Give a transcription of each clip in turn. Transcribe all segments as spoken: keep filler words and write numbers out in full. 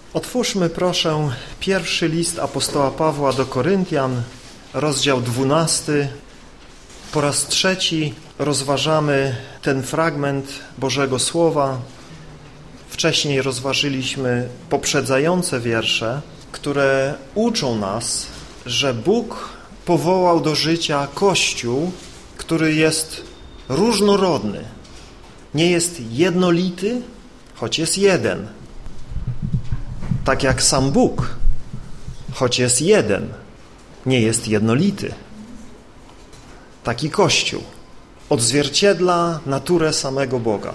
Otwórzmy proszę pierwszy list apostoła Pawła do Koryntian, rozdział dwunasty. Po raz trzeci rozważamy ten fragment Bożego Słowa. Wcześniej rozważyliśmy poprzedzające wiersze, które uczą nas, że Bóg powołał do życia Kościół, który jest różnorodny. Nie jest jednolity, choć jest jeden. Tak jak sam Bóg, choć jest jeden, nie jest jednolity. Taki Kościół odzwierciedla naturę samego Boga.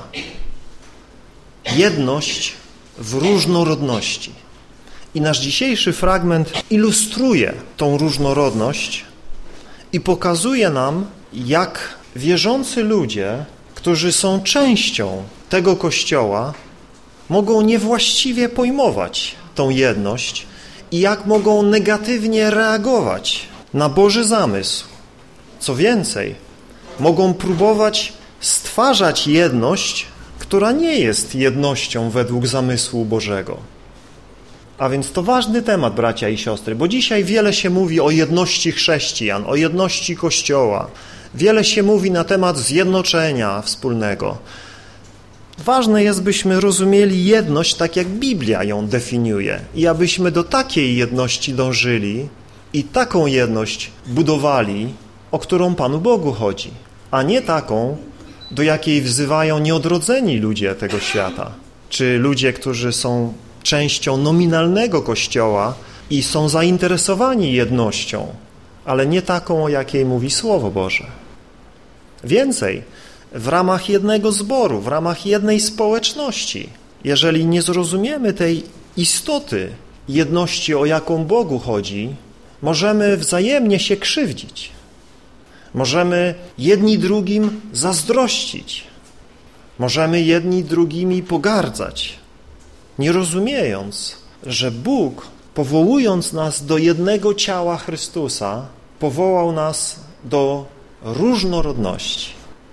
Jedność w różnorodności. I nasz dzisiejszy fragment ilustruje tą różnorodność i pokazuje nam, jak wierzący ludzie, którzy są częścią tego Kościoła, mogą niewłaściwie pojmować tą jedność i jak mogą negatywnie reagować na Boży zamysł. Co więcej, mogą próbować stwarzać jedność, która nie jest jednością według zamysłu Bożego. A więc to ważny temat, bracia i siostry, bo dzisiaj wiele się mówi o jedności chrześcijan, o jedności Kościoła. Wiele się mówi na temat zjednoczenia wspólnego. Ważne jest, byśmy rozumieli jedność tak, jak Biblia ją definiuje i abyśmy do takiej jedności dążyli i taką jedność budowali, o którą Panu Bogu chodzi, a nie taką, do jakiej wzywają nieodrodzeni ludzie tego świata, czy ludzie, którzy są częścią nominalnego Kościoła i są zainteresowani jednością, ale nie taką, o jakiej mówi Słowo Boże. Więcej, w ramach jednego zboru, w ramach jednej społeczności, jeżeli nie zrozumiemy tej istoty jedności, o jaką Bogu chodzi, możemy wzajemnie się krzywdzić. Możemy jedni drugim zazdrościć. Możemy jedni drugimi pogardzać, nie rozumiejąc, że Bóg, powołując nas do jednego ciała Chrystusa, powołał nas do różnorodności.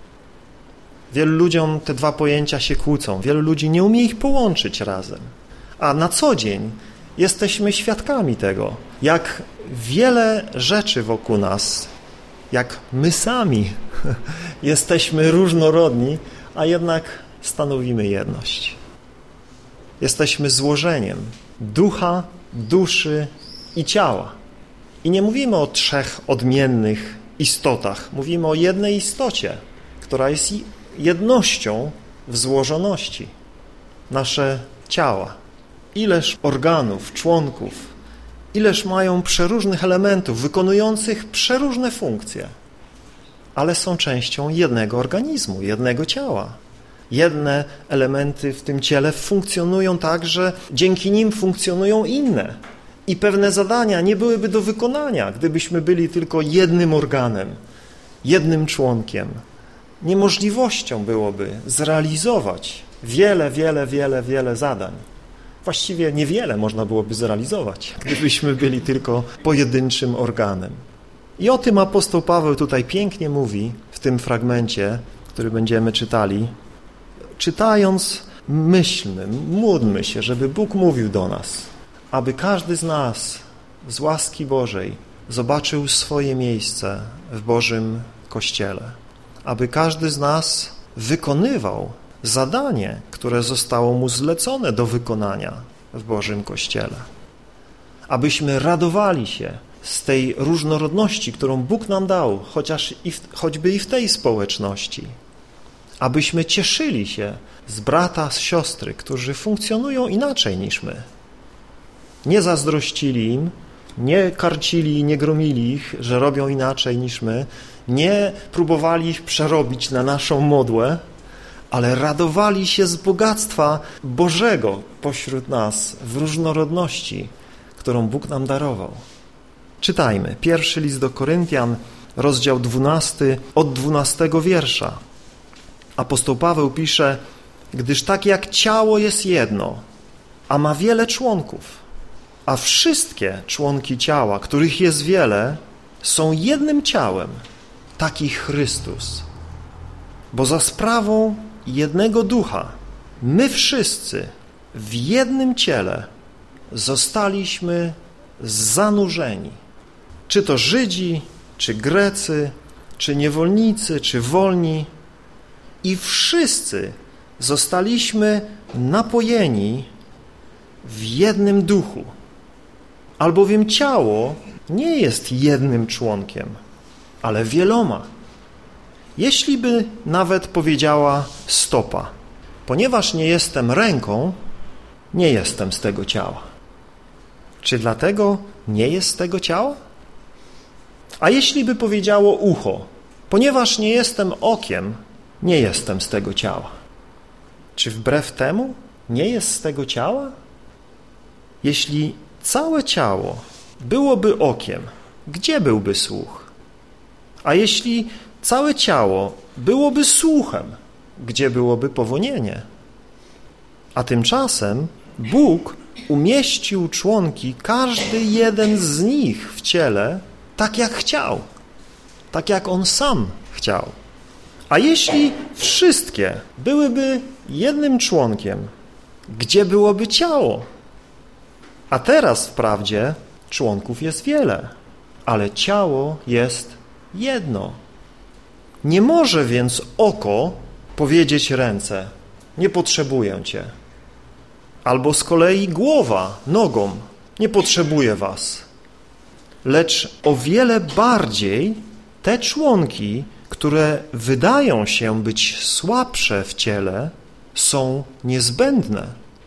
Wielu ludziom te dwa pojęcia się kłócą. Wielu ludzi nie umie ich połączyć razem. A na co dzień jesteśmy świadkami tego, jak wiele rzeczy wokół nas, jak my sami jesteśmy różnorodni, a jednak stanowimy jedność. Jesteśmy złożeniem ducha, duszy i ciała. I nie mówimy o trzech odmiennych istotach. Mówimy o jednej istocie, która jest jednością w złożoności. Nasze ciała. Ileż organów, członków, ileż mają przeróżnych elementów wykonujących przeróżne funkcje, ale są częścią jednego organizmu, jednego ciała. Jedne elementy w tym ciele funkcjonują tak, że dzięki nim funkcjonują inne. I pewne zadania nie byłyby do wykonania, gdybyśmy byli tylko jednym organem, jednym członkiem. Niemożliwością byłoby zrealizować wiele, wiele, wiele, wiele zadań. Właściwie niewiele można byłoby zrealizować, gdybyśmy byli tylko pojedynczym organem. I o tym apostoł Paweł tutaj pięknie mówi w tym fragmencie, który będziemy czytali. Czytając, myślmy, módlmy się, żeby Bóg mówił do nas, aby każdy z nas z łaski Bożej zobaczył swoje miejsce w Bożym Kościele. Aby każdy z nas wykonywał zadanie, które zostało mu zlecone do wykonania w Bożym Kościele. Abyśmy radowali się z tej różnorodności, którą Bóg nam dał, chociaż i w, choćby i w tej społeczności. Abyśmy cieszyli się z brata, z siostry, którzy funkcjonują inaczej niż my. Nie zazdrościli im, nie karcili i nie gromili ich, że robią inaczej niż my, nie próbowali ich przerobić na naszą modłę, ale radowali się z bogactwa Bożego pośród nas w różnorodności, którą Bóg nam darował. Czytajmy. Pierwszy list do Koryntian, rozdział dwunasty, od dwunastego wiersza. Apostoł Paweł pisze: gdyż tak jak ciało jest jedno, a ma wiele członków, a wszystkie członki ciała, których jest wiele, są jednym ciałem, taki Chrystus. Bo za sprawą jednego ducha my wszyscy w jednym ciele zostaliśmy zanurzeni. Czy to Żydzi, czy Grecy, czy niewolnicy, czy wolni. I wszyscy zostaliśmy napojeni w jednym duchu. Albowiem ciało nie jest jednym członkiem, ale wieloma. Jeśli by nawet powiedziała stopa, ponieważ nie jestem ręką, nie jestem z tego ciała. Czy dlatego nie jest z tego ciała? A jeśli by powiedziało ucho, ponieważ nie jestem okiem, nie jestem z tego ciała. Czy wbrew temu nie jest z tego ciała? Jeśli całe ciało byłoby okiem, gdzie byłby słuch? A jeśli całe ciało byłoby słuchem, gdzie byłoby powonienie? A tymczasem Bóg umieścił członki, każdy jeden z nich w ciele, tak jak chciał, tak jak On sam chciał. A jeśli wszystkie byłyby jednym członkiem, gdzie byłoby ciało? A teraz wprawdzie członków jest wiele, ale ciało jest jedno. Nie może więc oko powiedzieć ręce: nie potrzebuję cię. Albo z kolei głowa nogom: nie potrzebuję was. Lecz o wiele bardziej te członki, które wydają się być słabsze w ciele, są niezbędne.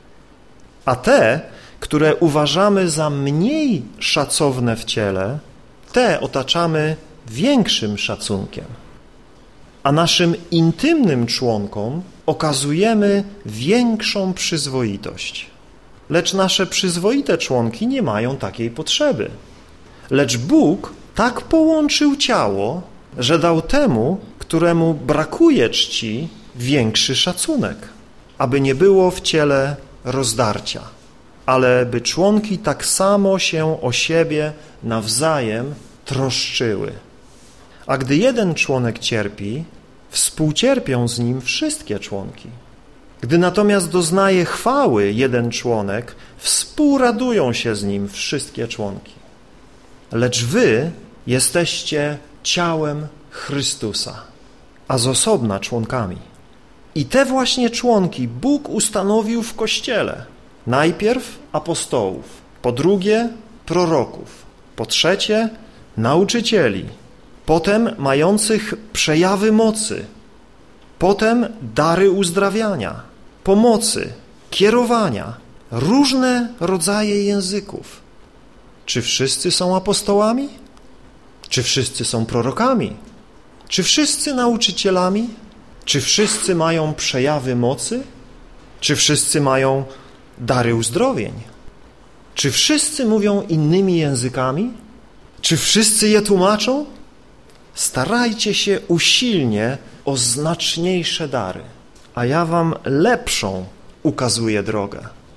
A te, które uważamy za mniej szacowne w ciele, te otaczamy większym szacunkiem. A naszym intymnym członkom okazujemy większą przyzwoitość. Lecz nasze przyzwoite członki nie mają takiej potrzeby. Lecz Bóg tak połączył ciało, że dał temu, któremu brakuje czci, większy szacunek, aby nie było w ciele rozdarcia, ale by członki tak samo się o siebie nawzajem troszczyły. A gdy jeden członek cierpi, współcierpią z nim wszystkie członki. Gdy natomiast doznaje chwały jeden członek, współradują się z nim wszystkie członki. Lecz wy jesteście ciałem Chrystusa, a z osobna członkami. I te właśnie członki Bóg ustanowił w Kościele. Najpierw apostołów, po drugie proroków, po trzecie nauczycieli, potem mających przejawy mocy, potem dary uzdrawiania, pomocy, kierowania, różne rodzaje języków. Czy wszyscy są apostołami? Czy wszyscy są prorokami? Czy wszyscy nauczycielami? Czy wszyscy mają przejawy mocy? Czy wszyscy mają dary uzdrowień? Czy wszyscy mówią innymi językami? Czy wszyscy je tłumaczą? Starajcie się usilnie o znaczniejsze dary, a ja wam lepszą ukazuję drogę.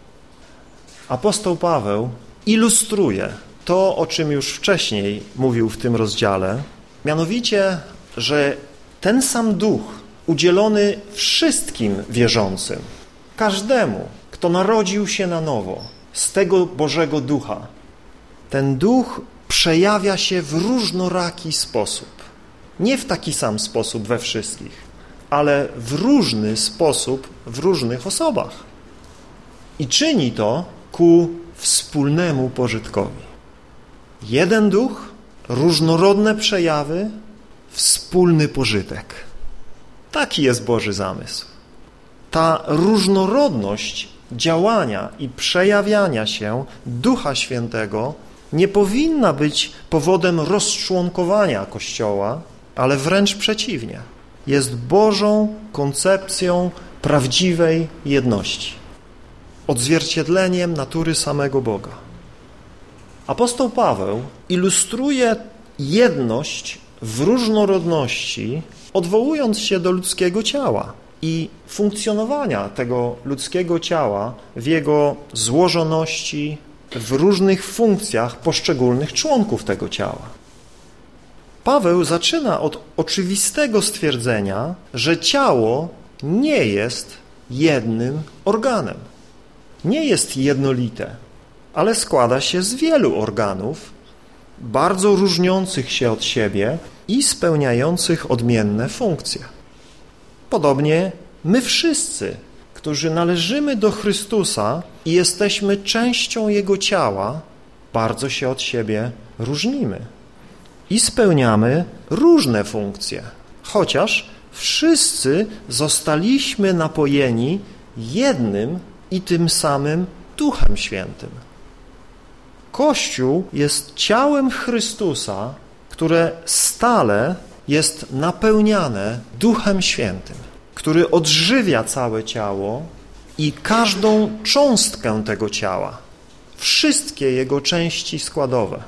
Apostoł Paweł ilustruje to, o czym już wcześniej mówił w tym rozdziale, mianowicie, że ten sam duch udzielony wszystkim wierzącym, każdemu, kto narodził się na nowo z tego Bożego Ducha, ten duch przejawia się w różnoraki sposób. Nie w taki sam sposób we wszystkich, ale w różny sposób w różnych osobach. I czyni to ku wspólnemu pożytkowi. Jeden duch, różnorodne przejawy, wspólny pożytek. Taki jest Boży zamysł. Ta różnorodność działania i przejawiania się Ducha Świętego nie powinna być powodem rozczłonkowania Kościoła, ale wręcz przeciwnie. Jest Bożą koncepcją prawdziwej jedności, odzwierciedleniem natury samego Boga. Apostoł Paweł ilustruje jedność w różnorodności, odwołując się do ludzkiego ciała i funkcjonowania tego ludzkiego ciała w jego złożoności, w różnych funkcjach poszczególnych członków tego ciała. Paweł zaczyna od oczywistego stwierdzenia, że ciało nie jest jednym organem, nie jest jednolite, ale składa się z wielu organów, bardzo różniących się od siebie i spełniających odmienne funkcje. Podobnie my wszyscy, którzy należymy do Chrystusa i jesteśmy częścią Jego ciała, bardzo się od siebie różnimy i spełniamy różne funkcje, chociaż wszyscy zostaliśmy napojeni jednym i tym samym Duchem Świętym. Kościół jest ciałem Chrystusa, które stale jest napełniane Duchem Świętym, który odżywia całe ciało i każdą cząstkę tego ciała, wszystkie jego części składowe.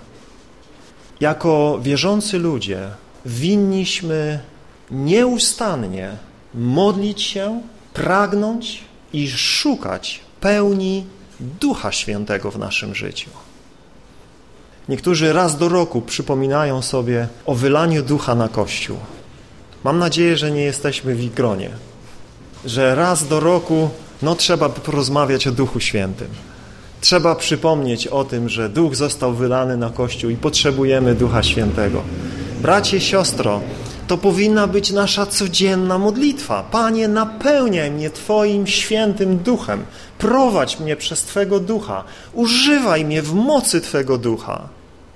Jako wierzący ludzie winniśmy nieustannie modlić się, pragnąć i szukać pełni Ducha Świętego w naszym życiu. Niektórzy raz do roku przypominają sobie o wylaniu Ducha na Kościół. Mam nadzieję, że nie jesteśmy w ich gronie, że raz do roku no trzeba porozmawiać o Duchu Świętym. Trzeba przypomnieć o tym, że Duch został wylany na Kościół i potrzebujemy Ducha Świętego. Bracie, siostro, to powinna być nasza codzienna modlitwa. Panie, napełniaj mnie Twoim świętym Duchem. Prowadź mnie przez Twego Ducha. Używaj mnie w mocy Twego Ducha.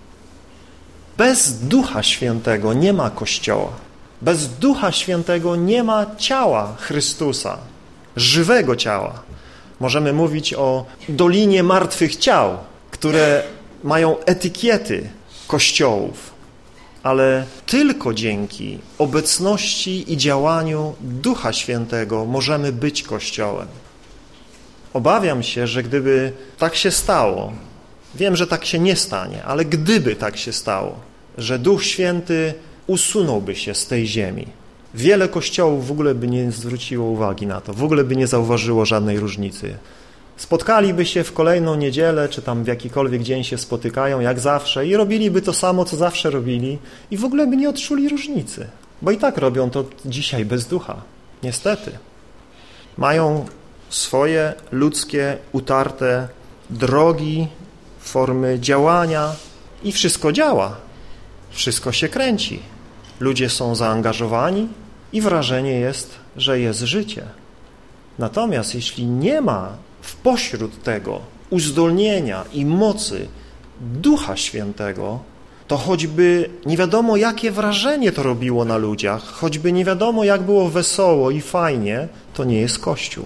Bez Ducha Świętego nie ma Kościoła. Bez Ducha Świętego nie ma ciała Chrystusa, żywego ciała. Możemy mówić o dolinie martwych ciał, które mają etykiety kościołów, ale tylko dzięki obecności i działaniu Ducha Świętego możemy być Kościołem. Obawiam się, że gdyby tak się stało, wiem, że tak się nie stanie, ale gdyby tak się stało, że Duch Święty usunąłby się z tej ziemi, wiele kościołów w ogóle by nie zwróciło uwagi na to, w ogóle by nie zauważyło żadnej różnicy. Spotkaliby się w kolejną niedzielę, czy tam w jakikolwiek dzień się spotykają, jak zawsze, i robiliby to samo, co zawsze robili i w ogóle by nie odczuli różnicy, bo i tak robią to dzisiaj bez Ducha, niestety. Mają swoje ludzkie, utarte drogi, formy działania i wszystko działa, wszystko się kręci. Ludzie są zaangażowani i wrażenie jest, że jest życie. Natomiast jeśli nie ma w pośród tego uzdolnienia i mocy Ducha Świętego, to choćby nie wiadomo, jakie wrażenie to robiło na ludziach, choćby nie wiadomo, jak było wesoło i fajnie, to nie jest Kościół.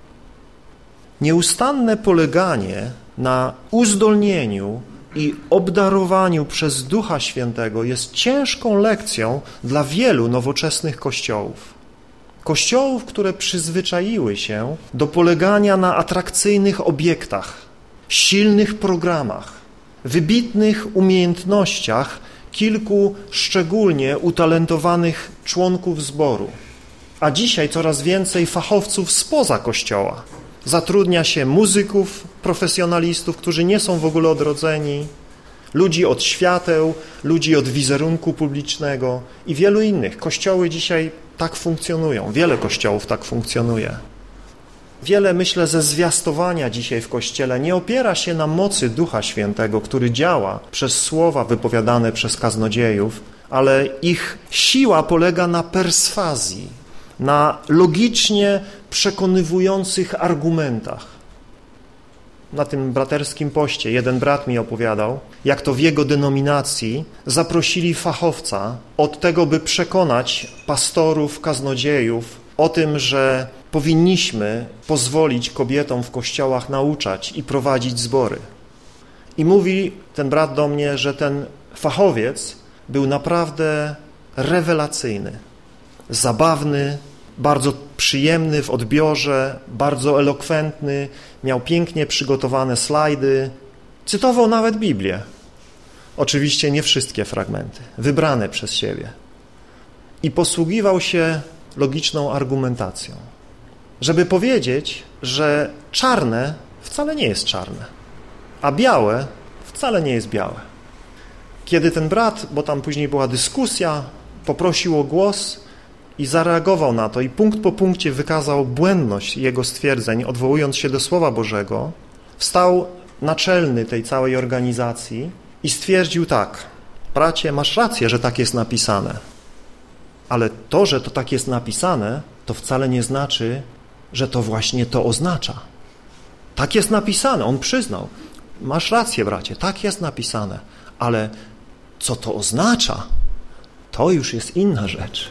Nieustanne poleganie na uzdolnieniu i obdarowaniu przez Ducha Świętego jest ciężką lekcją dla wielu nowoczesnych kościołów. Kościołów, które przyzwyczaiły się do polegania na atrakcyjnych obiektach, silnych programach, wybitnych umiejętnościach kilku szczególnie utalentowanych członków zboru. A dzisiaj coraz więcej fachowców spoza Kościoła. Zatrudnia się muzyków, profesjonalistów, którzy nie są w ogóle odrodzeni, ludzi od świateł, ludzi od wizerunku publicznego i wielu innych. Kościoły dzisiaj tak funkcjonują, wiele kościołów tak funkcjonuje. Wiele, myślę, ze zwiastowania dzisiaj w Kościele nie opiera się na mocy Ducha Świętego, który działa przez słowa wypowiadane przez kaznodziejów, ale ich siła polega na perswazji, na logicznie przekonywujących argumentach. Na tym braterskim poście jeden brat mi opowiadał, jak to w jego denominacji zaprosili fachowca od tego, by przekonać pastorów, kaznodziejów o tym, że powinniśmy pozwolić kobietom w kościołach nauczać i prowadzić zbory. I mówi ten brat do mnie, że ten fachowiec był naprawdę rewelacyjny, zabawny, bardzo przyjemny w odbiorze, bardzo elokwentny, miał pięknie przygotowane slajdy, cytował nawet Biblię. Oczywiście nie wszystkie fragmenty, wybrane przez siebie. I posługiwał się logiczną argumentacją, żeby powiedzieć, że czarne wcale nie jest czarne, a białe wcale nie jest białe. Kiedy ten brat, bo tam później była dyskusja, poprosił o głos i zareagował na to i punkt po punkcie wykazał błędność jego stwierdzeń, odwołując się do Słowa Bożego, wstał naczelny tej całej organizacji i stwierdził tak: bracie, masz rację, że tak jest napisane, ale to, że to tak jest napisane, to wcale nie znaczy, że to właśnie to oznacza. Tak jest napisane, on przyznał. Masz rację, bracie, tak jest napisane, ale co to oznacza, to już jest inna rzecz.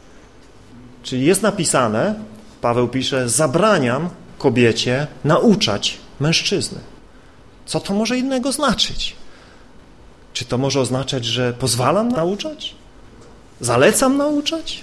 Czyli jest napisane, Paweł pisze, zabraniam kobiecie nauczać mężczyzny. Co to może innego znaczyć? Czy to może oznaczać, że pozwalam nauczać? Zalecam nauczać?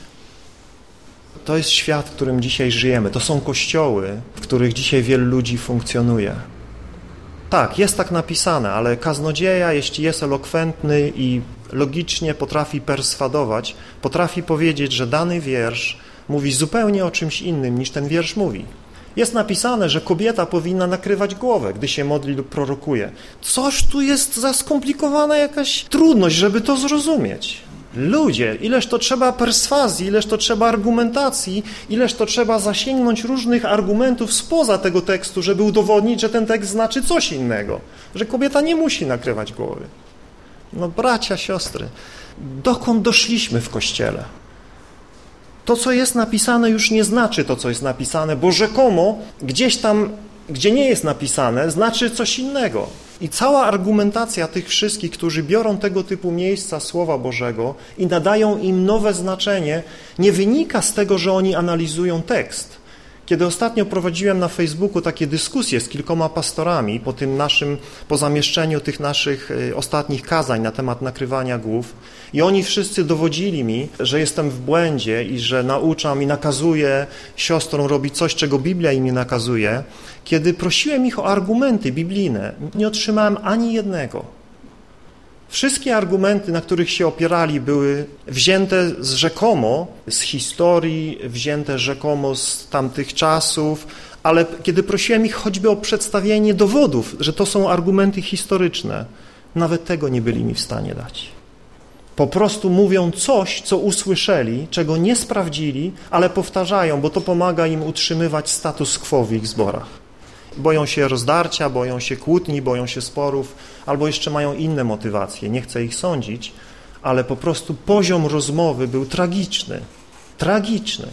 To jest świat, w którym dzisiaj żyjemy. To są kościoły, w których dzisiaj wielu ludzi funkcjonuje. Tak, jest tak napisane, ale kaznodzieja, jeśli jest elokwentny i logicznie potrafi perswadować, potrafi powiedzieć, że dany wiersz mówi zupełnie o czymś innym, niż ten wiersz mówi. Jest napisane, że kobieta powinna nakrywać głowę, gdy się modli lub prorokuje. Coś tu jest za skomplikowana jakaś trudność, żeby to zrozumieć. Ludzie, ileż to trzeba perswazji, ileż to trzeba argumentacji, ileż to trzeba zasięgnąć różnych argumentów spoza tego tekstu, żeby udowodnić, że ten tekst znaczy coś innego, że kobieta nie musi nakrywać głowy. No bracia, siostry, dokąd doszliśmy w Kościele? To, co jest napisane, już nie znaczy to, co jest napisane, bo rzekomo gdzieś tam, gdzie nie jest napisane, znaczy coś innego. I cała argumentacja tych wszystkich, którzy biorą tego typu miejsca Słowa Bożego i nadają im nowe znaczenie, nie wynika z tego, że oni analizują tekst. Kiedy ostatnio prowadziłem na Facebooku takie dyskusje z kilkoma pastorami po tym naszym, po zamieszczeniu tych naszych ostatnich kazań na temat nakrywania głów i oni wszyscy dowodzili mi, że jestem w błędzie i że nauczam i nakazuję siostrom robić coś, czego Biblia im nie nakazuje, kiedy prosiłem ich o argumenty biblijne, nie otrzymałem ani jednego. Wszystkie argumenty, na których się opierali, były wzięte z rzekomo z historii, wzięte rzekomo z tamtych czasów, ale kiedy prosiłem ich choćby o przedstawienie dowodów, że to są argumenty historyczne, nawet tego nie byli mi w stanie dać. Po prostu mówią coś, co usłyszeli, czego nie sprawdzili, ale powtarzają, bo to pomaga im utrzymywać status quo w ich zborach. Boją się rozdarcia, boją się kłótni, boją się sporów, albo jeszcze mają inne motywacje. Nie chcę ich sądzić, ale po prostu poziom rozmowy był tragiczny. Tragiczny.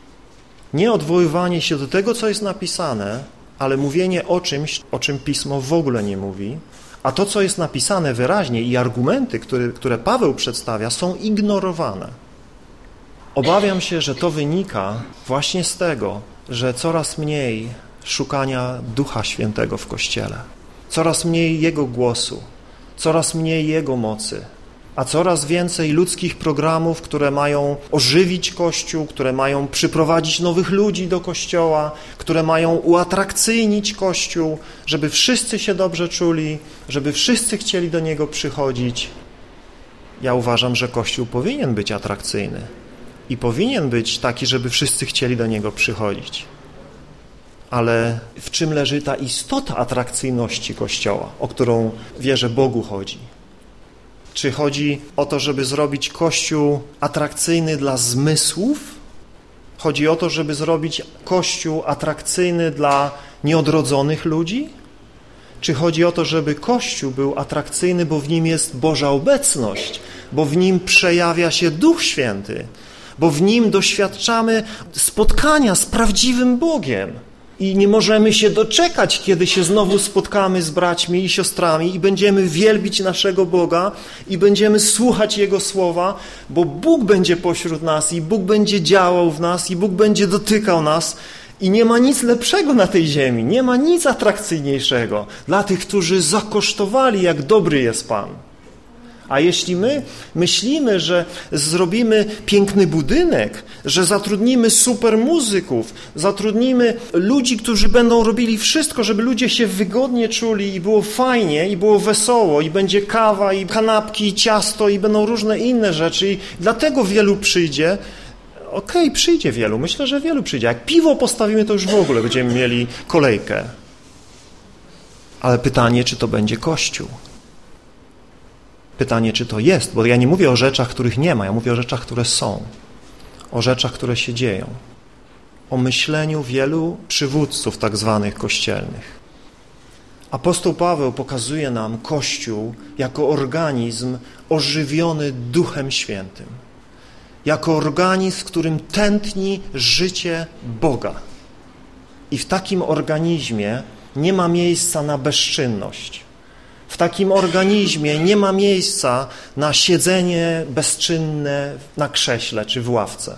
Nie odwoływanie się do tego, co jest napisane, ale mówienie o czymś, o czym Pismo w ogóle nie mówi, a to, co jest napisane wyraźnie i argumenty, które, które Paweł przedstawia, są ignorowane. Obawiam się, że to wynika właśnie z tego, że coraz mniej szukania Ducha Świętego w Kościele. Coraz mniej Jego głosu, coraz mniej Jego mocy, a coraz więcej ludzkich programów, które mają ożywić Kościół, które mają przyprowadzić nowych ludzi do Kościoła, które mają uatrakcyjnić Kościół, żeby wszyscy się dobrze czuli, żeby wszyscy chcieli do Niego przychodzić. Ja uważam, że Kościół powinien być atrakcyjny i powinien być taki, żeby wszyscy chcieli do Niego przychodzić. Ale w czym leży ta istota atrakcyjności Kościoła, o którą wierzę Bogu chodzi? Czy chodzi o to, żeby zrobić Kościół atrakcyjny dla zmysłów? Chodzi o to, żeby zrobić Kościół atrakcyjny dla nieodrodzonych ludzi? Czy chodzi o to, żeby Kościół był atrakcyjny, bo w nim jest Boża obecność, bo w nim przejawia się Duch Święty, bo w nim doświadczamy spotkania z prawdziwym Bogiem? I nie możemy się doczekać, kiedy się znowu spotkamy z braćmi i siostrami i będziemy wielbić naszego Boga i będziemy słuchać Jego słowa, bo Bóg będzie pośród nas i Bóg będzie działał w nas i Bóg będzie dotykał nas i nie ma nic lepszego na tej ziemi, nie ma nic atrakcyjniejszego dla tych, którzy zakosztowali, jak dobry jest Pan. A jeśli my myślimy, że zrobimy piękny budynek, że zatrudnimy super muzyków, zatrudnimy ludzi, którzy będą robili wszystko, żeby ludzie się wygodnie czuli i było fajnie, i było wesoło, i będzie kawa, i kanapki, i ciasto, i będą różne inne rzeczy i dlatego wielu przyjdzie, okej, okay, przyjdzie wielu, myślę, że wielu przyjdzie. Jak piwo postawimy, to już w ogóle będziemy mieli kolejkę. Ale pytanie, czy to będzie Kościół? Pytanie, czy to jest, bo ja nie mówię o rzeczach, których nie ma, ja mówię o rzeczach, które są, o rzeczach, które się dzieją, o myśleniu wielu przywódców tak zwanych kościelnych. Apostoł Paweł pokazuje nam Kościół jako organizm ożywiony Duchem Świętym, jako organizm, w którym tętni życie Boga. I w takim organizmie nie ma miejsca na bezczynność. W takim organizmie nie ma miejsca na siedzenie bezczynne na krześle czy w ławce.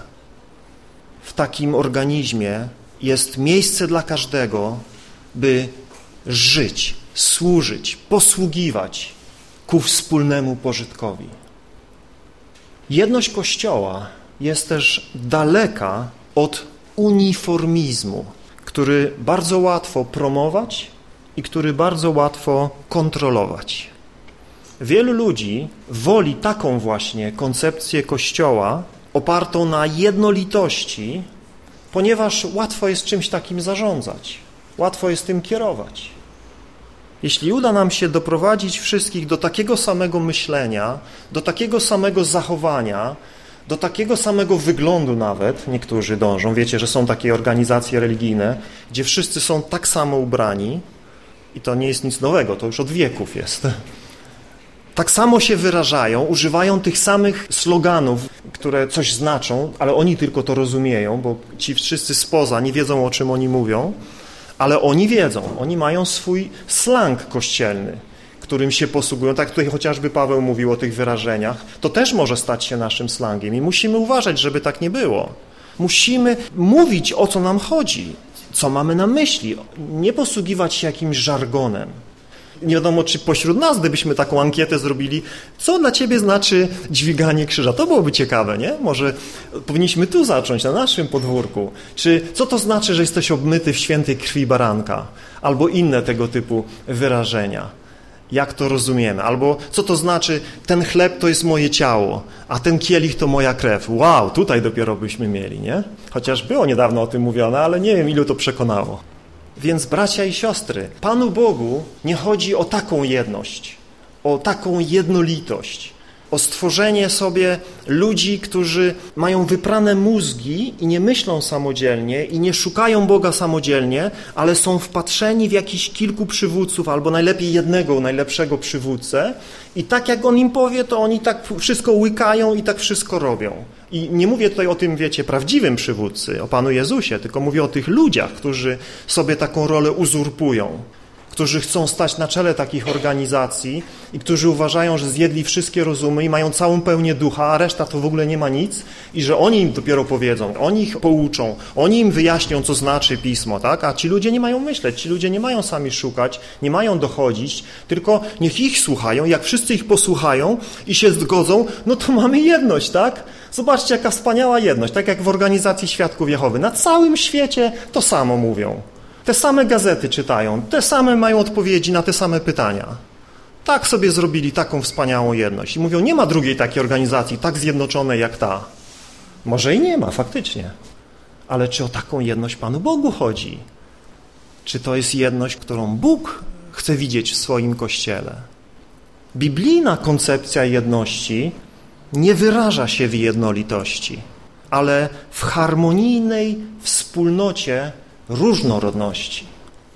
W takim organizmie jest miejsce dla każdego, by żyć, służyć, posługiwać ku wspólnemu pożytkowi. Jedność Kościoła jest też daleka od uniformizmu, który bardzo łatwo promować i który bardzo łatwo kontrolować. Wielu ludzi woli taką właśnie koncepcję Kościoła opartą na jednolitości, ponieważ łatwo jest czymś takim zarządzać, łatwo jest tym kierować. Jeśli uda nam się doprowadzić wszystkich do takiego samego myślenia, do takiego samego zachowania, do takiego samego wyglądu nawet, niektórzy dążą, wiecie, że są takie organizacje religijne, gdzie wszyscy są tak samo ubrani i to nie jest nic nowego, to już od wieków jest. Tak samo się wyrażają, używają tych samych sloganów, które coś znaczą, ale oni tylko to rozumieją, bo ci wszyscy spoza nie wiedzą, o czym oni mówią, ale oni wiedzą, oni mają swój slang kościelny, którym się posługują. Tak tutaj chociażby Paweł mówił o tych wyrażeniach. To też może stać się naszym slangiem i musimy uważać, żeby tak nie było. Musimy mówić, o co nam chodzi, co mamy na myśli, nie posługiwać się jakimś żargonem. Nie wiadomo, czy pośród nas, gdybyśmy taką ankietę zrobili, co dla ciebie znaczy dźwiganie krzyża. To byłoby ciekawe, nie? Może powinniśmy tu zacząć, na naszym podwórku. Czy co to znaczy, że jesteś obmyty w świętej krwi baranka? Albo inne tego typu wyrażenia. Jak to rozumiemy? Albo co to znaczy, ten chleb to jest moje ciało, a ten kielich to moja krew. Wow, tutaj dopiero byśmy mieli, nie? Chociaż było niedawno o tym mówione, ale nie wiem, ilu to przekonało. Więc bracia i siostry, Panu Bogu nie chodzi o taką jedność, o taką jednolitość, o stworzenie sobie ludzi, którzy mają wyprane mózgi i nie myślą samodzielnie i nie szukają Boga samodzielnie, ale są wpatrzeni w jakichś kilku przywódców albo najlepiej jednego, najlepszego przywódcę i tak jak on im powie, to oni tak wszystko łykają i tak wszystko robią. I nie mówię tutaj o tym, wiecie, prawdziwym przywódcy, o Panu Jezusie, tylko mówię o tych ludziach, którzy sobie taką rolę uzurpują, którzy chcą stać na czele takich organizacji i którzy uważają, że zjedli wszystkie rozumy i mają całą pełnię ducha, a reszta to w ogóle nie ma nic i że oni im dopiero powiedzą, oni ich pouczą, oni im wyjaśnią, co znaczy Pismo, tak? A ci ludzie nie mają myśleć, ci ludzie nie mają sami szukać, nie mają dochodzić, tylko niech ich słuchają, jak wszyscy ich posłuchają i się zgodzą, no to mamy jedność, tak? Zobaczcie, jaka wspaniała jedność, tak jak w organizacji Świadków Jehowy. Na całym świecie to samo mówią. Te same gazety czytają, te same mają odpowiedzi na te same pytania. Tak sobie zrobili taką wspaniałą jedność. I mówią, nie ma drugiej takiej organizacji tak zjednoczonej jak ta. Może i nie ma, faktycznie. Ale czy o taką jedność Panu Bogu chodzi? Czy to jest jedność, którą Bóg chce widzieć w swoim Kościele? Biblijna koncepcja jedności nie wyraża się w jednolitości, ale w harmonijnej wspólnocie różnorodności.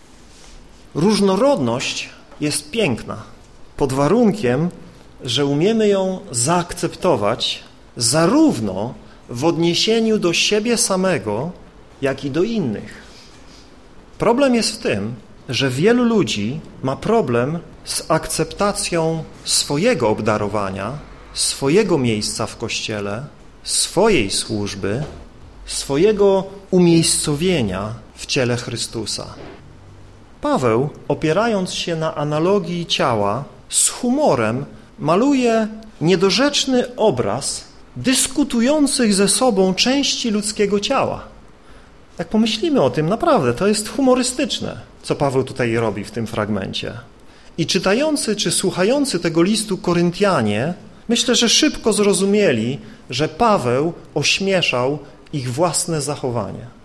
Różnorodność jest piękna, pod warunkiem, że umiemy ją zaakceptować zarówno w odniesieniu do siebie samego, jak i do innych. Problem jest w tym, że wielu ludzi ma problem z akceptacją swojego obdarowania, swojego miejsca w Kościele, swojej służby, swojego umiejscowienia w ciele Chrystusa. Paweł, opierając się na analogii ciała, z humorem maluje niedorzeczny obraz dyskutujących ze sobą części ludzkiego ciała. Jak pomyślimy o tym, naprawdę, to jest humorystyczne, co Paweł tutaj robi w tym fragmencie. I czytający czy słuchający tego listu Koryntianie, myślę, że szybko zrozumieli, że Paweł ośmieszał ich własne zachowanie.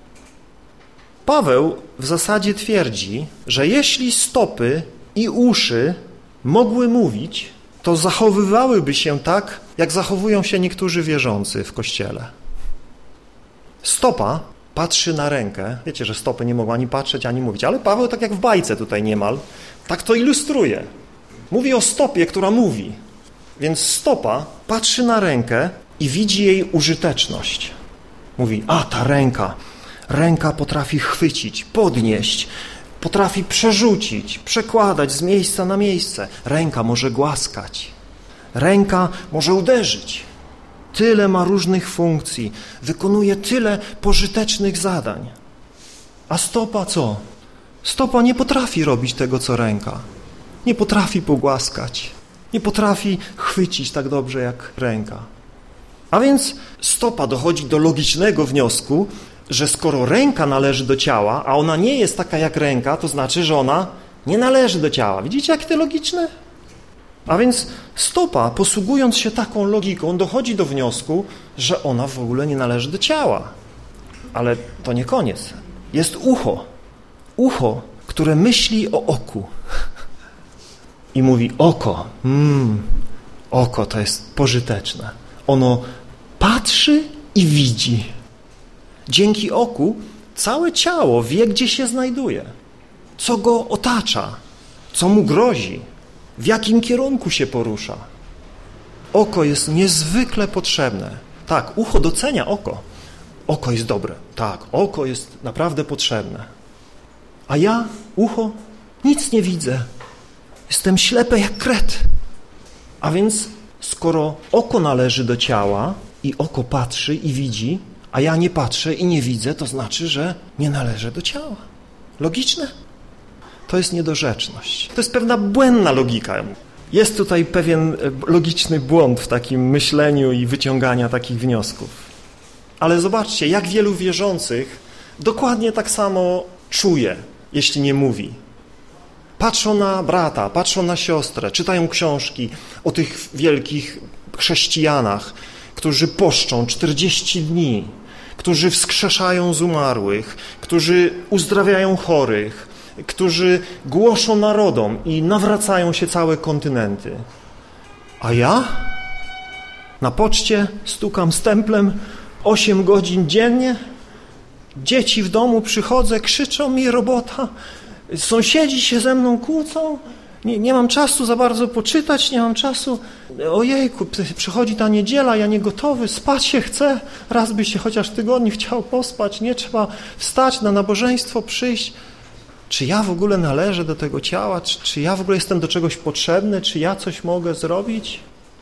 Paweł w zasadzie twierdzi, że jeśli stopy i uszy mogły mówić, to zachowywałyby się tak, jak zachowują się niektórzy wierzący w Kościele. Stopa patrzy na rękę. Wiecie, że stopy nie mogą ani patrzeć, ani mówić, ale Paweł tak jak w bajce tutaj niemal, tak to ilustruje. Mówi o stopie, która mówi. Więc stopa patrzy na rękę i widzi jej użyteczność. Mówi, a ta ręka, ręka potrafi chwycić, podnieść, potrafi przerzucić, przekładać z miejsca na miejsce. Ręka może głaskać, ręka może uderzyć. Tyle ma różnych funkcji, wykonuje tyle pożytecznych zadań. A stopa co? Stopa nie potrafi robić tego, co ręka. Nie potrafi pogłaskać, nie potrafi chwycić tak dobrze jak ręka. A więc stopa dochodzi do logicznego wniosku, że skoro ręka należy do ciała, a ona nie jest taka jak ręka, to znaczy, że ona nie należy do ciała. Widzicie, jak to logiczne? A więc stopa, posługując się taką logiką, dochodzi do wniosku, że ona w ogóle nie należy do ciała. Ale to nie koniec. Jest ucho. Ucho, które myśli o oku. I mówi, oko, mm, oko to jest pożyteczne. Ono patrzy i widzi. Dzięki oku całe ciało wie, gdzie się znajduje, co go otacza, co mu grozi, w jakim kierunku się porusza. Oko jest niezwykle potrzebne. Tak, ucho docenia oko. Oko jest dobre. Tak, oko jest naprawdę potrzebne. A ja, ucho, nic nie widzę. Jestem ślepy jak kret. A więc skoro oko należy do ciała i oko patrzy i widzi, a ja nie patrzę i nie widzę, to znaczy, że nie należę do ciała. Logiczne? To jest niedorzeczność. To jest pewna błędna logika. Jest tutaj pewien logiczny błąd w takim myśleniu i wyciągania takich wniosków. Ale zobaczcie, jak wielu wierzących dokładnie tak samo czuje, jeśli nie mówi. Patrzą na brata, patrzą na siostrę, czytają książki o tych wielkich chrześcijanach, którzy poszczą czterdzieści dni, którzy wskrzeszają z umarłych, którzy uzdrawiają chorych, którzy głoszą narodom i nawracają się całe kontynenty. A ja na poczcie stukam stemplem osiem godzin dziennie, dzieci w domu przychodzę, krzyczą mi robota, sąsiedzi się ze mną kłócą, nie, nie mam czasu za bardzo poczytać, nie mam czasu, ojejku, przychodzi ta niedziela, ja nie gotowy, spać się chcę, raz by się chociaż w tygodniu chciał pospać, nie trzeba wstać na nabożeństwo, przyjść. Czy ja w ogóle należę do tego ciała? Czy, czy ja w ogóle jestem do czegoś potrzebny? Czy ja coś mogę zrobić?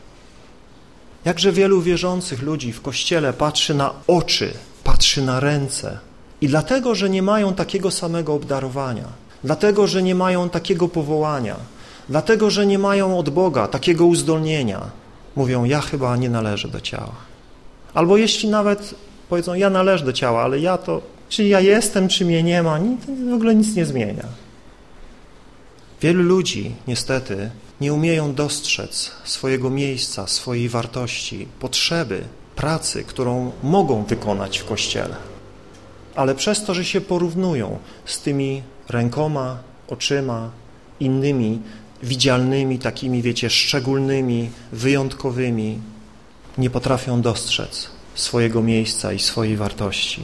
Jakże wielu wierzących ludzi w Kościele patrzy na oczy, patrzy na ręce i dlatego, że nie mają takiego samego obdarowania, dlatego, że nie mają takiego powołania, dlatego, że nie mają od Boga takiego uzdolnienia, mówią, ja chyba nie należę do ciała. Albo jeśli nawet powiedzą, ja należę do ciała, ale ja to, czy ja jestem, czy mnie nie ma, w ogóle nic nie zmienia. Wielu ludzi, niestety, nie umieją dostrzec swojego miejsca, swojej wartości, potrzeby, pracy, którą mogą wykonać w Kościele. Ale przez to, że się porównują z tymi rękoma, oczyma, innymi widzialnymi, takimi, wiecie, szczególnymi, wyjątkowymi, nie potrafią dostrzec swojego miejsca i swojej wartości.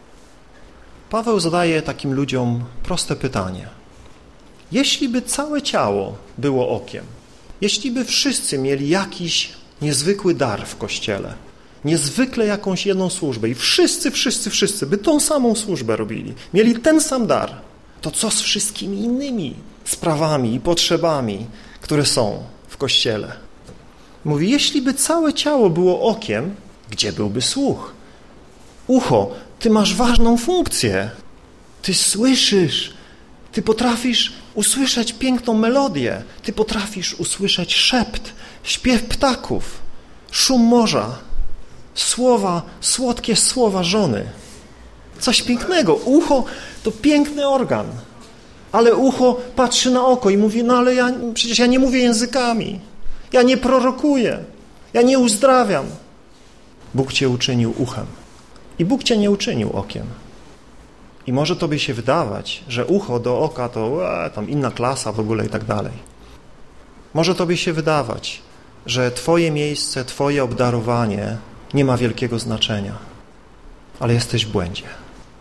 Paweł zadaje takim ludziom proste pytanie. Jeśli by całe ciało było okiem, jeśli by wszyscy mieli jakiś niezwykły dar w Kościele, niezwykle jakąś jedną służbę i wszyscy, wszyscy, wszyscy by tą samą służbę robili, mieli ten sam dar, to co z wszystkimi innymi sprawami i potrzebami, które są w Kościele? Mówi, jeśli by całe ciało było okiem, gdzie byłby słuch? Ucho, ty masz ważną funkcję. Ty słyszysz, ty potrafisz usłyszeć piękną melodię, ty potrafisz usłyszeć szept, śpiew ptaków, szum morza, słowa, słodkie słowa żony. Coś pięknego. Ucho to piękny organ, ale ucho patrzy na oko i mówi, no ale ja, przecież ja nie mówię językami, ja nie prorokuję, ja nie uzdrawiam. Bóg cię uczynił uchem i Bóg cię nie uczynił okiem. I może tobie się wydawać, że ucho do oka to e, tam inna klasa w ogóle i tak dalej. Może tobie się wydawać, że twoje miejsce, twoje obdarowanie nie ma wielkiego znaczenia, ale jesteś w błędzie.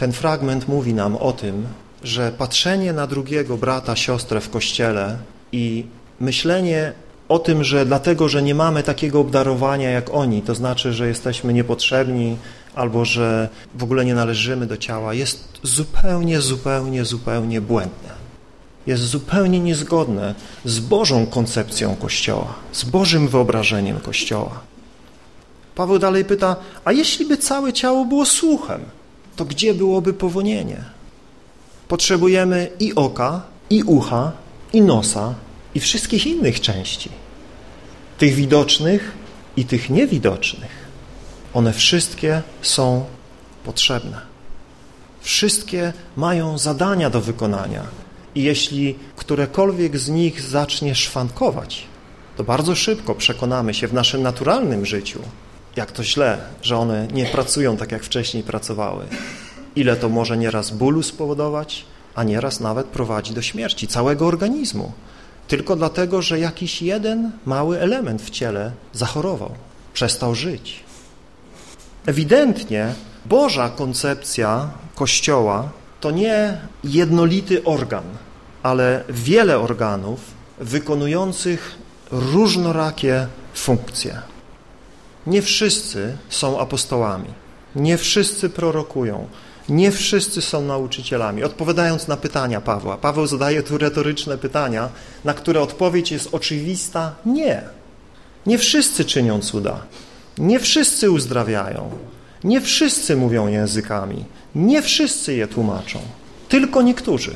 Ten fragment mówi nam o tym, że patrzenie na drugiego brata, siostrę w Kościele i myślenie o tym, że dlatego, że nie mamy takiego obdarowania jak oni, to znaczy, że jesteśmy niepotrzebni albo że w ogóle nie należymy do ciała, jest zupełnie, zupełnie, zupełnie błędne. Jest zupełnie niezgodne z Bożą koncepcją Kościoła, z Bożym wyobrażeniem Kościoła. Paweł dalej pyta, a jeśli by całe ciało było słuchem, to gdzie byłoby powonienie? Potrzebujemy i oka, i ucha, i nosa, i wszystkich innych części. Tych widocznych i tych niewidocznych. One wszystkie są potrzebne. Wszystkie mają zadania do wykonania. I jeśli którekolwiek z nich zacznie szwankować, to bardzo szybko przekonamy się w naszym naturalnym życiu, jak to źle, że one nie pracują tak, jak wcześniej pracowały. Ile to może nieraz bólu spowodować, a nieraz nawet prowadzi do śmierci całego organizmu. Tylko dlatego, że jakiś jeden mały element w ciele zachorował, przestał żyć. Ewidentnie Boża koncepcja Kościoła to nie jednolity organ, ale wiele organów wykonujących różnorakie funkcje. Nie wszyscy są apostołami, nie wszyscy prorokują, nie wszyscy są nauczycielami. Odpowiadając na pytania Pawła, Paweł zadaje tu retoryczne pytania, na które odpowiedź jest oczywista: nie. Nie wszyscy czynią cuda, nie wszyscy uzdrawiają, nie wszyscy mówią językami, nie wszyscy je tłumaczą, tylko niektórzy.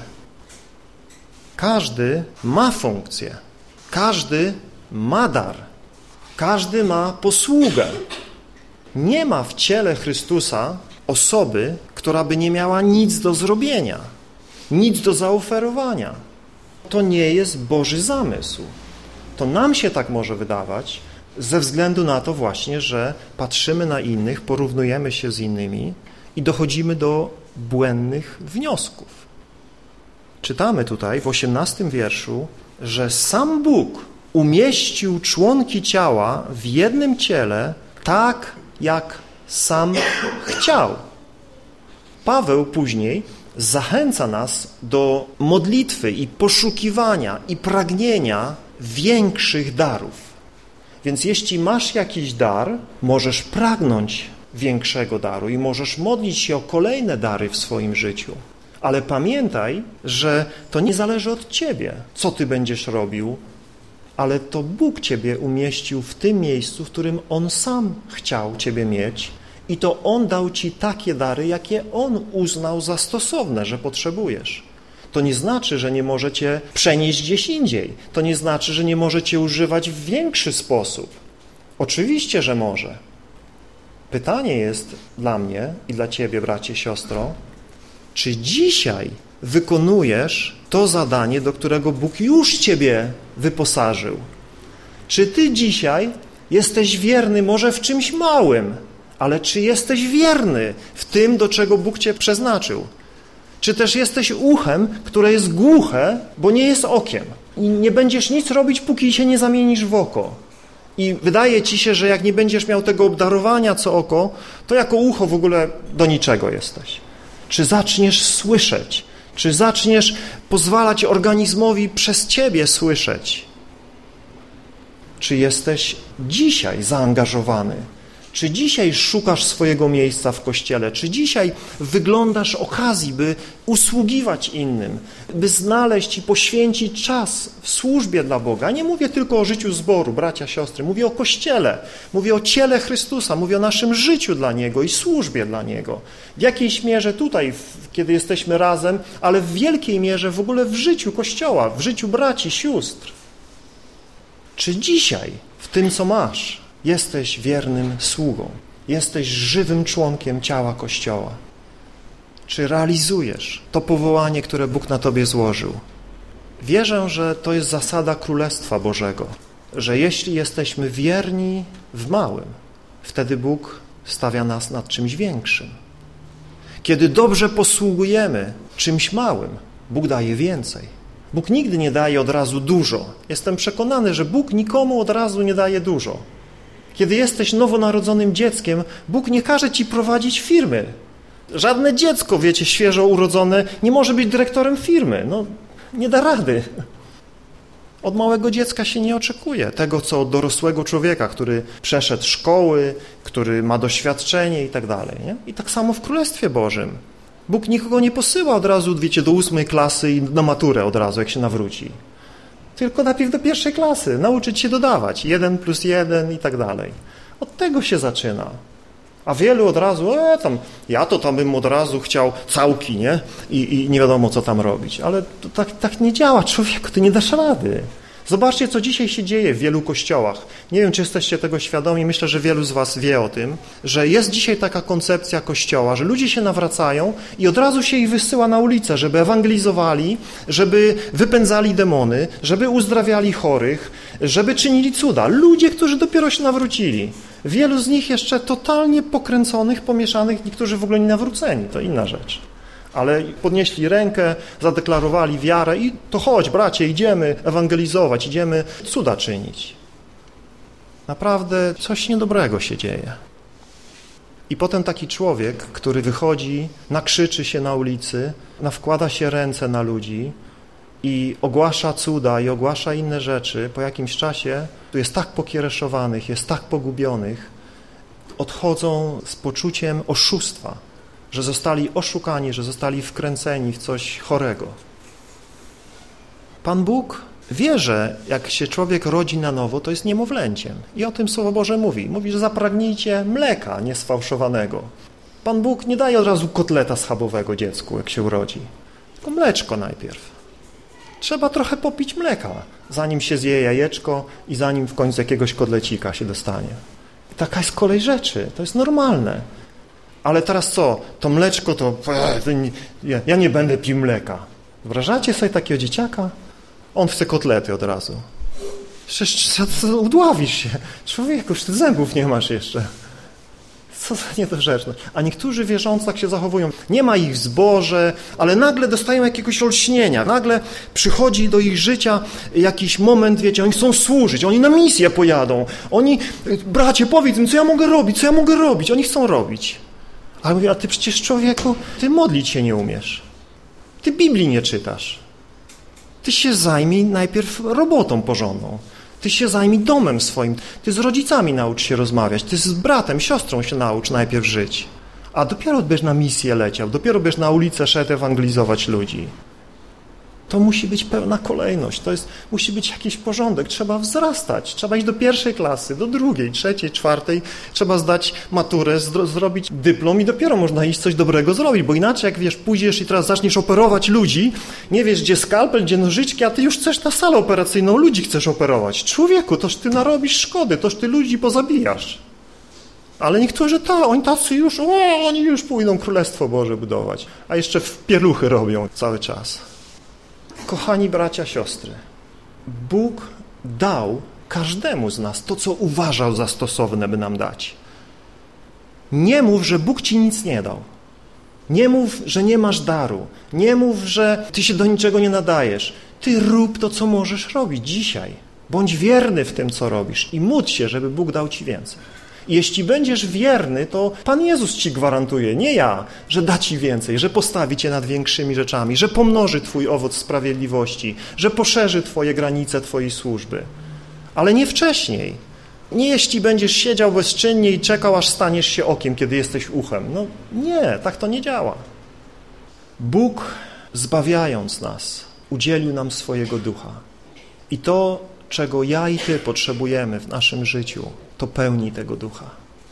Każdy ma funkcję, każdy ma dar, każdy ma posługę. Nie ma w ciele Chrystusa osoby, która by nie miała nic do zrobienia, nic do zaoferowania. To nie jest Boży zamysł. To nam się tak może wydawać ze względu na to właśnie, że patrzymy na innych, porównujemy się z innymi i dochodzimy do błędnych wniosków. Czytamy tutaj w osiemnastym wierszu, że sam Bóg umieścił członki ciała w jednym ciele tak, jak sam chciał. Paweł później zachęca nas do modlitwy i poszukiwania i pragnienia większych darów. Więc jeśli masz jakiś dar, możesz pragnąć większego daru i możesz modlić się o kolejne dary w swoim życiu. Ale pamiętaj, że to nie zależy od ciebie, co ty będziesz robił, ale to Bóg ciebie umieścił w tym miejscu, w którym On sam chciał ciebie mieć i to On dał ci takie dary, jakie On uznał za stosowne, że potrzebujesz. To nie znaczy, że nie możecie przenieść gdzieś indziej. To nie znaczy, że nie możecie używać w większy sposób. Oczywiście, że może. Pytanie jest dla mnie i dla ciebie, bracie, siostro, czy dzisiaj wykonujesz to zadanie, do którego Bóg już ciebie wyposażył? Czy ty dzisiaj jesteś wierny może w czymś małym, ale czy jesteś wierny w tym, do czego Bóg cię przeznaczył? Czy też jesteś uchem, które jest głuche, bo nie jest okiem i nie będziesz nic robić, póki się nie zamienisz w oko? I wydaje ci się, że jak nie będziesz miał tego obdarowania co oko, to jako ucho w ogóle do niczego jesteś. Czy zaczniesz słyszeć? Czy zaczniesz pozwalać organizmowi przez ciebie słyszeć? Czy jesteś dzisiaj zaangażowany? Czy dzisiaj szukasz swojego miejsca w Kościele? Czy dzisiaj wyglądasz okazji, by usługiwać innym, by znaleźć i poświęcić czas w służbie dla Boga? Nie mówię tylko o życiu zboru, bracia, siostry, mówię o Kościele, mówię o ciele Chrystusa, mówię o naszym życiu dla Niego i służbie dla Niego. W jakiejś mierze tutaj, kiedy jesteśmy razem, ale w wielkiej mierze w ogóle w życiu Kościoła, w życiu braci, sióstr. Czy dzisiaj w tym, co masz, jesteś wiernym sługą, jesteś żywym członkiem ciała Kościoła? Czy realizujesz to powołanie, które Bóg na tobie złożył? Wierzę, że to jest zasada Królestwa Bożego, że jeśli jesteśmy wierni w małym, wtedy Bóg stawia nas nad czymś większym. Kiedy dobrze posługujemy czymś małym, Bóg daje więcej. Bóg nigdy nie daje od razu dużo. Jestem przekonany, że Bóg nikomu od razu nie daje dużo. Kiedy jesteś nowonarodzonym dzieckiem, Bóg nie każe ci prowadzić firmy. Żadne dziecko, wiecie, świeżo urodzone nie może być dyrektorem firmy. No, nie da rady. Od małego dziecka się nie oczekuje tego, co od dorosłego człowieka, który przeszedł szkoły, który ma doświadczenie i tak dalej. Nie? I tak samo w Królestwie Bożym. Bóg nikogo nie posyła od razu, wiecie, do ósmej klasy i na maturę od razu, jak się nawróci. Tylko najpierw do pierwszej klasy, nauczyć się dodawać. Jeden plus jeden i tak dalej. Od tego się zaczyna. A wielu od razu, e, tam, ja to tam bym od razu chciał całki, nie? I, i nie wiadomo, co tam robić. Ale to tak, tak nie działa, człowieku, ty nie dasz rady. Zobaczcie, co dzisiaj się dzieje w wielu kościołach. Nie wiem, czy jesteście tego świadomi, myślę, że wielu z was wie o tym, że jest dzisiaj taka koncepcja kościoła, że ludzie się nawracają i od razu się ich wysyła na ulicę, żeby ewangelizowali, żeby wypędzali demony, żeby uzdrawiali chorych, żeby czynili cuda. Ludzie, którzy dopiero się nawrócili. Wielu z nich jeszcze totalnie pokręconych, pomieszanych, niektórzy w ogóle nie nawróceni, to inna rzecz. Ale podnieśli rękę, zadeklarowali wiarę i to chodź, bracie, idziemy ewangelizować, idziemy cuda czynić. Naprawdę coś niedobrego się dzieje. I potem taki człowiek, który wychodzi, nakrzyczy się na ulicy, nawkłada się ręce na ludzi i ogłasza cuda i ogłasza inne rzeczy, po jakimś czasie tu jest tak pokiereszowanych, jest tak pogubionych, odchodzą z poczuciem oszustwa, że zostali oszukani, że zostali wkręceni w coś chorego. Pan Bóg wie, że jak się człowiek rodzi na nowo, to jest niemowlęciem. I o tym Słowo Boże mówi. Mówi, że zapragnijcie mleka niesfałszowanego. Pan Bóg nie daje od razu kotleta schabowego dziecku, jak się urodzi. Tylko mleczko najpierw. Trzeba trochę popić mleka, zanim się zje jajeczko i zanim w końcu jakiegoś kotlecika się dostanie. I taka jest kolej rzeczy. To jest normalne. Ale teraz co? To mleczko to... Ja nie będę pił mleka. Wyobrażacie sobie takiego dzieciaka? On chce kotlety od razu. Przecież udławisz się. Człowieku, już ty zębów nie masz jeszcze. Co za niedorzeczność. A niektórzy wierzący tak się zachowują. Nie ma ich w zborze, ale nagle dostają jakiegoś olśnienia. Nagle przychodzi do ich życia jakiś moment, wiecie, oni chcą służyć, oni na misję pojadą. Oni, bracie, powiedz mi, co ja mogę robić, co ja mogę robić. Oni chcą robić. Ale mówię, a ty przecież, człowieku, ty modlić się nie umiesz. Ty Biblii nie czytasz. Ty się zajmij najpierw robotą porządną. Ty się zajmij domem swoim. Ty z rodzicami naucz się rozmawiać. Ty z bratem, siostrą się naucz najpierw żyć. A dopiero będziesz na misję leciał. Dopiero będziesz na ulicę szedł ewangelizować ludzi. To musi być pełna kolejność. To jest, musi być jakiś porządek. Trzeba wzrastać. Trzeba iść do pierwszej klasy, do drugiej, trzeciej, czwartej. Trzeba zdać maturę, zro, zrobić dyplom i dopiero można iść coś dobrego zrobić. Bo inaczej, jak wiesz, pójdziesz i teraz zaczniesz operować ludzi, nie wiesz, gdzie skalpel, gdzie nożyczki, a ty już chcesz na salę operacyjną, ludzi chcesz operować. Człowieku, toż ty narobisz szkody, toż ty ludzi pozabijasz. Ale niektórzy to, oni tacy już, o, oni już pójdą Królestwo Boże budować. A jeszcze w pieluchy robią cały czas. Kochani bracia, siostry, Bóg dał każdemu z nas to, co uważał za stosowne, by nam dać. Nie mów, że Bóg ci nic nie dał. Nie mów, że nie masz daru. Nie mów, że ty się do niczego nie nadajesz. Ty rób to, co możesz robić dzisiaj. Bądź wierny w tym, co robisz i módl się, żeby Bóg dał ci więcej. I jeśli będziesz wierny, to Pan Jezus ci gwarantuje, nie ja, że da ci więcej, że postawi cię nad większymi rzeczami, że pomnoży twój owoc sprawiedliwości, że poszerzy twoje granice twojej służby. Ale nie wcześniej. Nie jeśli będziesz siedział bezczynnie i czekał, aż staniesz się okiem, kiedy jesteś uchem. No nie, tak to nie działa. Bóg, zbawiając nas, udzielił nam swojego ducha. I to, czego ja i ty potrzebujemy w naszym życiu, to pełni tego ducha.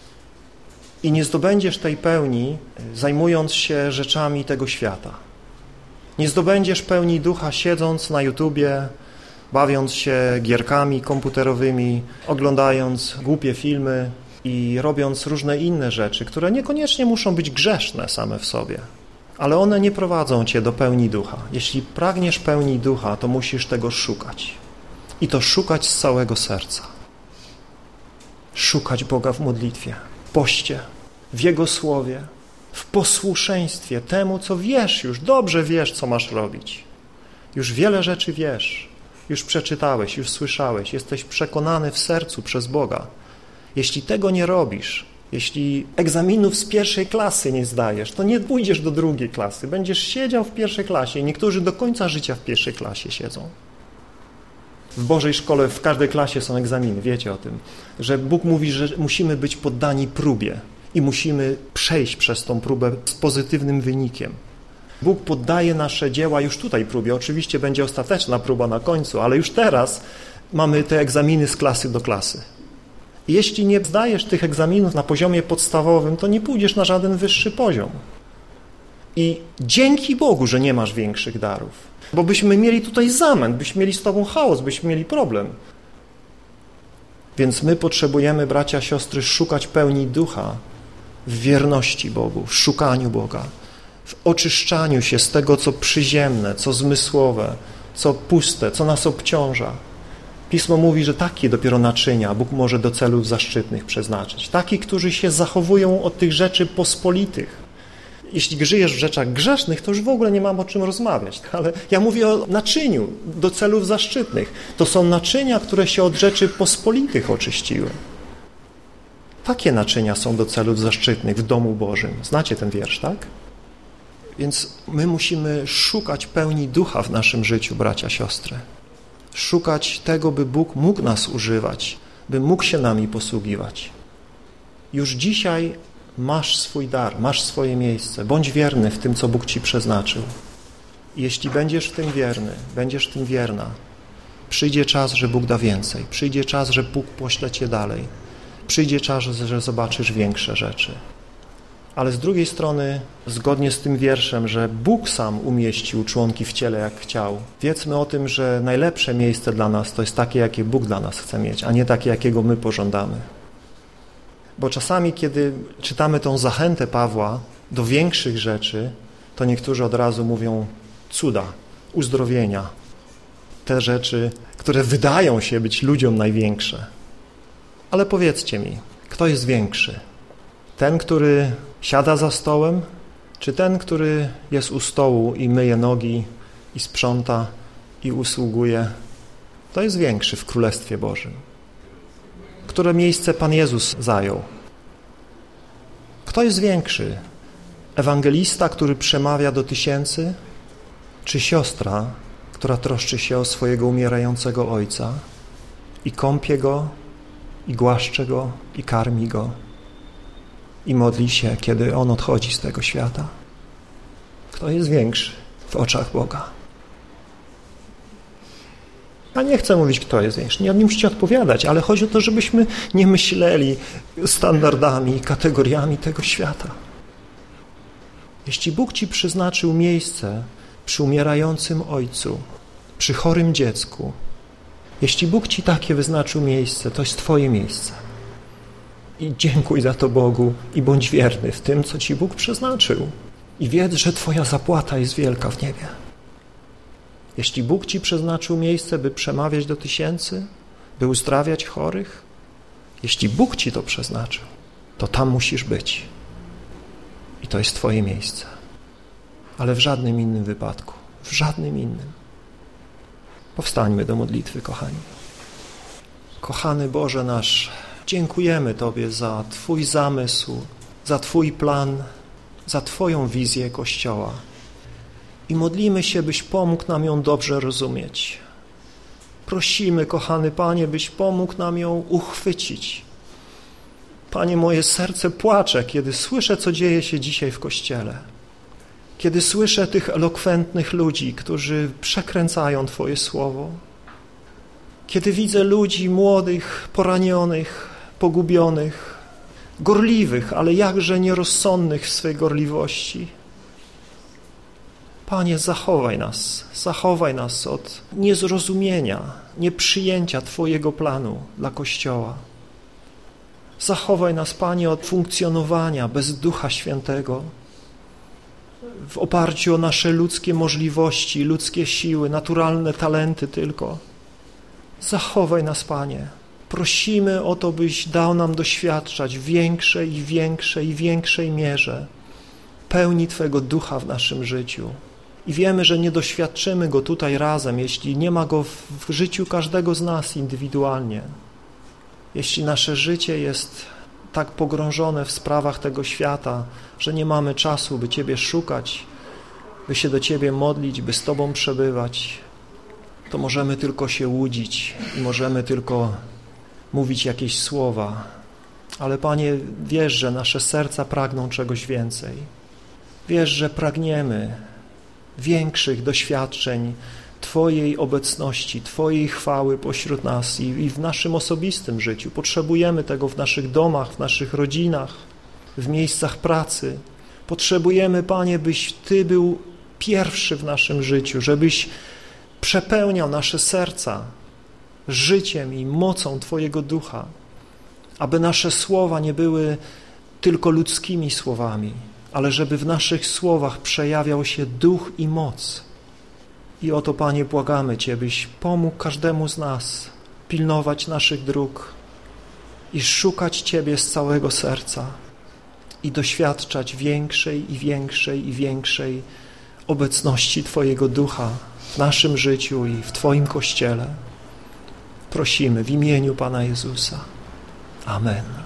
I nie zdobędziesz tej pełni, zajmując się rzeczami tego świata. Nie zdobędziesz pełni ducha, siedząc na YouTubie, bawiąc się gierkami komputerowymi, oglądając głupie filmy i robiąc różne inne rzeczy, które niekoniecznie muszą być grzeszne same w sobie. Ale one nie prowadzą cię do pełni ducha. Jeśli pragniesz pełni ducha, to musisz tego szukać. I to szukać z całego serca. Szukać Boga w modlitwie, w poście, w Jego słowie, w posłuszeństwie temu, co wiesz już, dobrze wiesz, co masz robić. Już wiele rzeczy wiesz, już przeczytałeś, już słyszałeś, jesteś przekonany w sercu przez Boga. Jeśli tego nie robisz, Jeśli egzaminów z pierwszej klasy nie zdajesz, to nie pójdziesz do drugiej klasy. Będziesz siedział w pierwszej klasie i niektórzy do końca życia w pierwszej klasie siedzą. W Bożej szkole w każdej klasie są egzaminy, wiecie o tym, że Bóg mówi, że musimy być poddani próbie i musimy przejść przez tą próbę z pozytywnym wynikiem. Bóg poddaje nasze dzieła już tutaj próbie. Oczywiście będzie ostateczna próba na końcu, ale już teraz mamy te egzaminy z klasy do klasy. Jeśli nie zdajesz tych egzaminów na poziomie podstawowym, to nie pójdziesz na żaden wyższy poziom. I dzięki Bogu, że nie masz większych darów, bo byśmy mieli tutaj zamęt, byśmy mieli z Tobą chaos, byśmy mieli problem. Więc my potrzebujemy, bracia, siostry, szukać pełni ducha w wierności Bogu, w szukaniu Boga, w oczyszczaniu się z tego, co przyziemne, co zmysłowe, co puste, co nas obciąża. Pismo mówi, że takie dopiero naczynia Bóg może do celów zaszczytnych przeznaczyć. Takich, którzy się zachowują od tych rzeczy pospolitych. Jeśli żyjesz w rzeczach grzesznych, to już w ogóle nie mam o czym rozmawiać. Ale ja mówię o naczyniu do celów zaszczytnych. To są naczynia, które się od rzeczy pospolitych oczyściły. Takie naczynia są do celów zaszczytnych w domu Bożym. Znacie ten wiersz, tak? Więc my musimy szukać pełni ducha w naszym życiu, bracia, siostry. Szukać tego, by Bóg mógł nas używać, by mógł się nami posługiwać. Już dzisiaj masz swój dar, masz swoje miejsce. Bądź wierny w tym, co Bóg ci przeznaczył. I jeśli będziesz w tym wierny, będziesz w tym wierna, przyjdzie czas, że Bóg da więcej. Przyjdzie czas, że Bóg pośle cię dalej. Przyjdzie czas, że zobaczysz większe rzeczy. Ale z drugiej strony, zgodnie z tym wierszem, że Bóg sam umieścił członki w ciele, jak chciał, wiedzmy o tym, że najlepsze miejsce dla nas to jest takie, jakie Bóg dla nas chce mieć, a nie takie, jakiego my pożądamy. Bo czasami, kiedy czytamy tą zachętę Pawła do większych rzeczy, to niektórzy od razu mówią cuda, uzdrowienia. Te rzeczy, które wydają się być ludziom największe. Ale powiedzcie mi, kto jest większy? Ten, który siada za stołem, czy ten, który jest u stołu i myje nogi, i sprząta, i usługuje? To jest większy w Królestwie Bożym. Które miejsce Pan Jezus zajął? Kto jest większy? Ewangelista, który przemawia do tysięcy, czy siostra, która troszczy się o swojego umierającego ojca i kąpie go, i głaszcze go, i karmi go, i modli się, kiedy on odchodzi z tego świata? Kto jest większy w oczach Boga? Ja nie chcę mówić, kto jest większy. Nie, nie musicie odpowiadać, ale chodzi o to, żebyśmy nie myśleli standardami i kategoriami tego świata. Jeśli Bóg ci przyznaczył miejsce przy umierającym ojcu, przy chorym dziecku, jeśli Bóg ci takie wyznaczył miejsce, to jest twoje miejsce. I dziękuj za to Bogu i bądź wierny w tym, co ci Bóg przeznaczył. I wiedz, że twoja zapłata jest wielka w niebie. Jeśli Bóg ci przeznaczył miejsce, by przemawiać do tysięcy, by uzdrawiać chorych, jeśli Bóg ci to przeznaczył, to tam musisz być. I to jest twoje miejsce. Ale w żadnym innym wypadku. W żadnym innym. Powstańmy do modlitwy, kochani. Kochany Boże nasz, dziękujemy Tobie za Twój zamysł, za Twój plan, za Twoją wizję Kościoła. I modlimy się, byś pomógł nam ją dobrze rozumieć. Prosimy, kochany Panie, byś pomógł nam ją uchwycić. Panie, moje serce płacze, kiedy słyszę, co dzieje się dzisiaj w Kościele. Kiedy słyszę tych elokwentnych ludzi, którzy przekręcają Twoje słowo. Kiedy widzę ludzi młodych, poranionych, pogubionych, gorliwych, ale jakże nierozsądnych w swej gorliwości. Panie, zachowaj nas, zachowaj nas od niezrozumienia, nieprzyjęcia Twojego planu dla Kościoła. Zachowaj nas, Panie, od funkcjonowania bez Ducha Świętego, w oparciu o nasze ludzkie możliwości, ludzkie siły, naturalne talenty tylko. Zachowaj nas, Panie. Prosimy o to, byś dał nam doświadczać w większej i większej i większej mierze pełni Twego Ducha w naszym życiu. I wiemy, że nie doświadczymy Go tutaj razem, jeśli nie ma Go w życiu każdego z nas indywidualnie. Jeśli nasze życie jest tak pogrążone w sprawach tego świata, że nie mamy czasu, by Ciebie szukać, by się do Ciebie modlić, by z Tobą przebywać, to możemy tylko się łudzić i możemy tylko mówić jakieś słowa. Ale Panie, wiesz, że nasze serca pragną czegoś więcej. Wiesz, że pragniemy większych doświadczeń Twojej obecności, Twojej chwały pośród nas i, i w naszym osobistym życiu. Potrzebujemy tego w naszych domach, w naszych rodzinach, w miejscach pracy. Potrzebujemy, Panie, byś Ty był pierwszy w naszym życiu, żebyś przepełniał nasze serca życiem i mocą Twojego Ducha, aby nasze słowa nie były tylko ludzkimi słowami, ale żeby w naszych słowach przejawiał się duch i moc. I o to, Panie, błagamy Cię, byś pomógł każdemu z nas pilnować naszych dróg i szukać Ciebie z całego serca i doświadczać większej i większej i większej obecności Twojego Ducha w naszym życiu i w Twoim Kościele. Prosimy w imieniu Pana Jezusa. Amen.